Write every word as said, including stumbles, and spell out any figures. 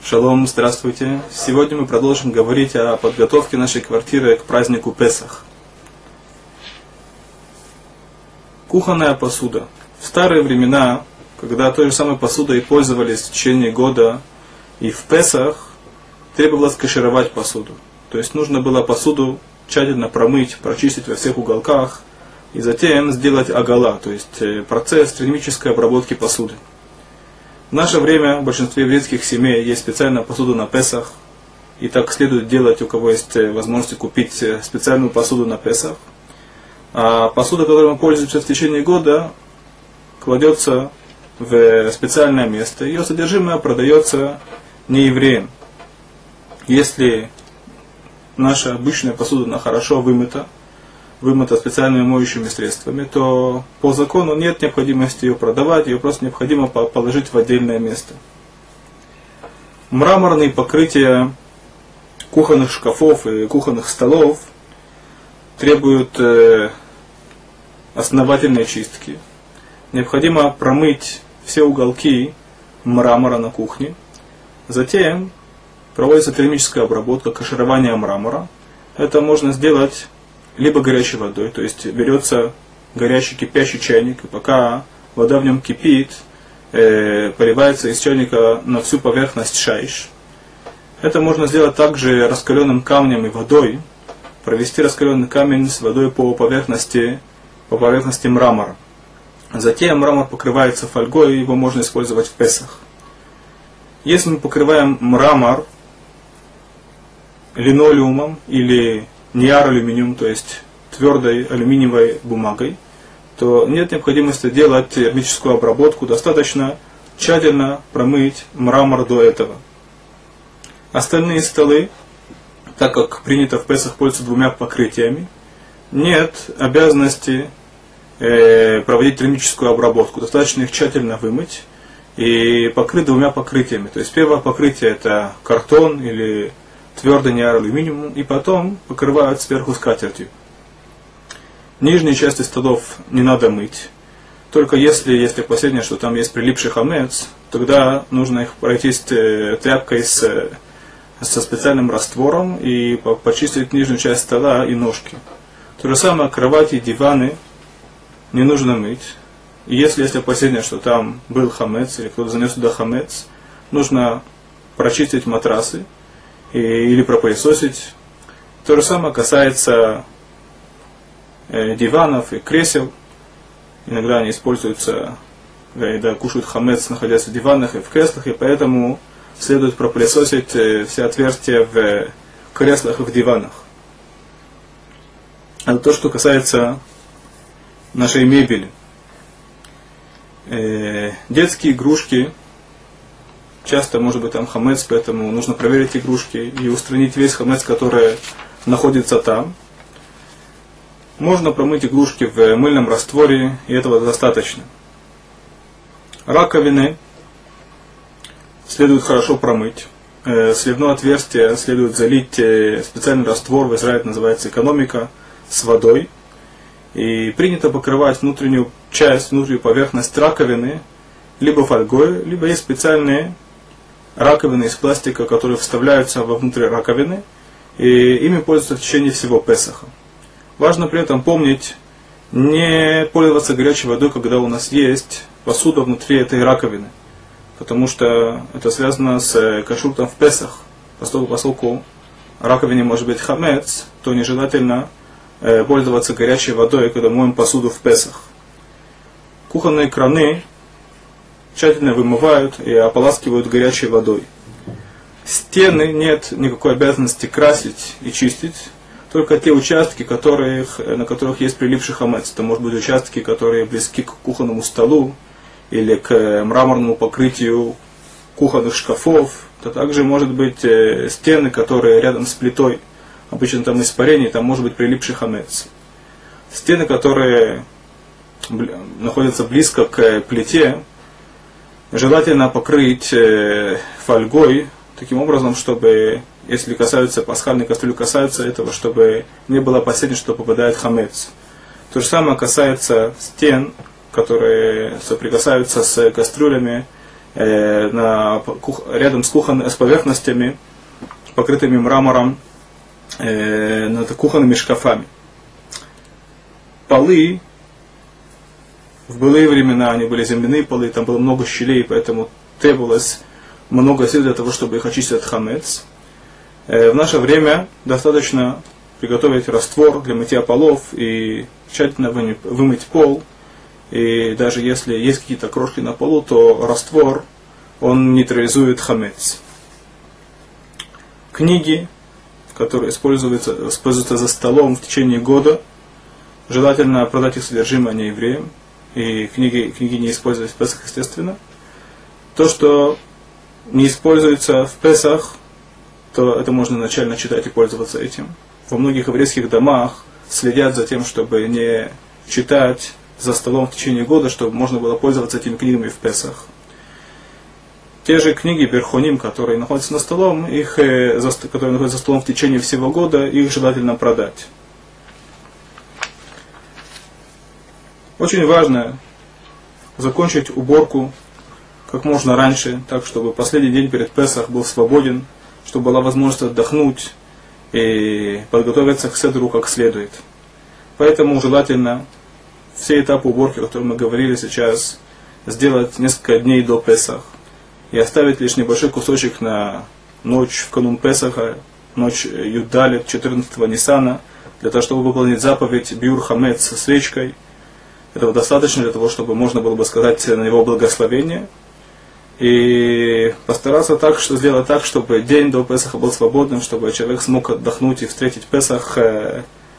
Шалом, здравствуйте. Сегодня мы продолжим говорить о подготовке нашей квартиры к празднику Песах. Кухонная посуда. В старые времена, когда той же самой посудой пользовались в течение года, и в Песах требовалось кашировать посуду. То есть нужно было посуду тщательно промыть, прочистить во всех уголках, и затем сделать агала, то есть процесс термической обработки посуды. В наше время в большинстве еврейских семей есть специальная посуда на Песах, и так следует делать, у кого есть возможность купить специальную посуду на Песах. А посуда, которой мы пользуемся в течение года, кладется в специальное место. Ее содержимое продается неевреям. Если наша обычная посуда она хорошо вымыта, вымыта специальными моющими средствами, то по закону нет необходимости ее продавать, ее просто необходимо положить в отдельное место. Мраморные покрытия кухонных шкафов и кухонных столов требуют э, основательной чистки. Необходимо промыть все уголки мрамора на кухне. Затем проводится термическая обработка, каширование мрамора. Это можно сделать либо горячей водой, то есть берется горячий кипящий чайник, и пока вода в нем кипит, э, поливается из чайника на всю поверхность шайш. Это можно сделать также раскаленным камнем и водой, провести раскаленный камень с водой по поверхности, по поверхности мрамора. Затем мрамор покрывается фольгой, его можно использовать в Песах. Если мы покрываем мрамор линолеумом или неар-алюминиум, то есть твердой алюминиевой бумагой, то нет необходимости делать термическую обработку, достаточно тщательно промыть мрамор до этого. Остальные столы, так как принято в Песах пользоваться двумя покрытиями, нет обязанности э, проводить термическую обработку, достаточно их тщательно вымыть и покрыть двумя покрытиями. То есть первое покрытие это картон или твердый неар-алюминиум, и потом покрывают сверху скатертью. Нижние части столов не надо мыть. Только если есть опасение, что там есть прилипший хамец, тогда нужно их пройтись тряпкой с, со специальным раствором и почистить нижнюю часть стола и ножки. То же самое кровати и диваны не нужно мыть. И если есть опасение, что там был хамец или кто-то занес туда хамец, нужно прочистить матрасы или пропылесосить. То же самое касается э, диванов и кресел. Иногда они используются, когда кушают хамец, находясь в диванах и в креслах, и поэтому следует пропылесосить э, все отверстия в креслах и в диванах. Это то, что касается нашей мебели. Э, детские игрушки. Часто может быть там хамец, поэтому нужно проверить игрушки и устранить весь хамец, который находится там. Можно промыть игрушки в мыльном растворе, и этого достаточно. Раковины следует хорошо промыть. Сливное отверстие следует залить специальный раствор, в Израиле называется экономика, с водой. И принято покрывать внутреннюю часть, внутреннюю поверхность раковины либо фольгой, либо есть специальные раковины из пластика, которые вставляются вовнутрь раковины, и ими пользуются в течение всего Песаха. Важно при этом помнить, не пользоваться горячей водой, когда у нас есть посуда внутри этой раковины, потому что это связано с кашрутом в Песах. Поскольку, поскольку в раковине может быть хамец, то нежелательно э, пользоваться горячей водой, когда моем посуду в Песах. Кухонные краны тщательно вымывают и ополаскивают горячей водой. Стены нет никакой обязанности красить и чистить, только те участки, которых, на которых есть прилипший хамец. Это может быть участки, которые близки к кухонному столу или к мраморному покрытию кухонных шкафов. Это также может быть стены, которые рядом с плитой, обычно там испарение, там может быть прилипший хамец. Стены, которые находятся близко к плите, желательно покрыть фольгой, таким образом, чтобы, если касаются пасхальной кастрюли, касаются этого, чтобы не было опасения, что попадает хамец. То же самое касается стен, которые соприкасаются с кастрюлями э, на, кух, рядом с, кухон, с поверхностями, покрытыми мрамором, э, над кухонными шкафами. Полы, в былые времена они были земляные полы, там было много щелей, поэтому требовалось много сил для того, чтобы их очистить от хамец. Э, в наше время достаточно приготовить раствор для мытья полов и тщательно вымыть пол. И даже если есть какие-то крошки на полу, то раствор, он нейтрализует хамец. Книги, которые используются, используются за столом в течение года, желательно продать их содержимое не евреям. И книги, книги не использовать в Песах, естественно. То, что не используется в Песах, то это можно начально читать и пользоваться этим. Во многих еврейских домах следят за тем, чтобы не читать за столом в течение года, чтобы можно было пользоваться этими книгами в Песах. Те же книги Берхоним, которые находятся на столом, их, которые находятся за столом в течение всего года, их желательно продать. Очень важно закончить уборку как можно раньше, так чтобы последний день перед Песах был свободен, чтобы была возможность отдохнуть и подготовиться к седру как следует. Поэтому желательно все этапы уборки, о которых мы говорили сейчас, сделать несколько дней до Песах и оставить лишь небольшой кусочек на ночь в канун Песаха, ночь Юдалет, четырнадцатого Ниссана, для того, чтобы выполнить заповедь Биур Хамец со свечкой. Этого достаточно для того, чтобы можно было бы сказать на него благословение. И постараться так, что сделать так, чтобы день до Песаха был свободным, чтобы человек смог отдохнуть и встретить Песах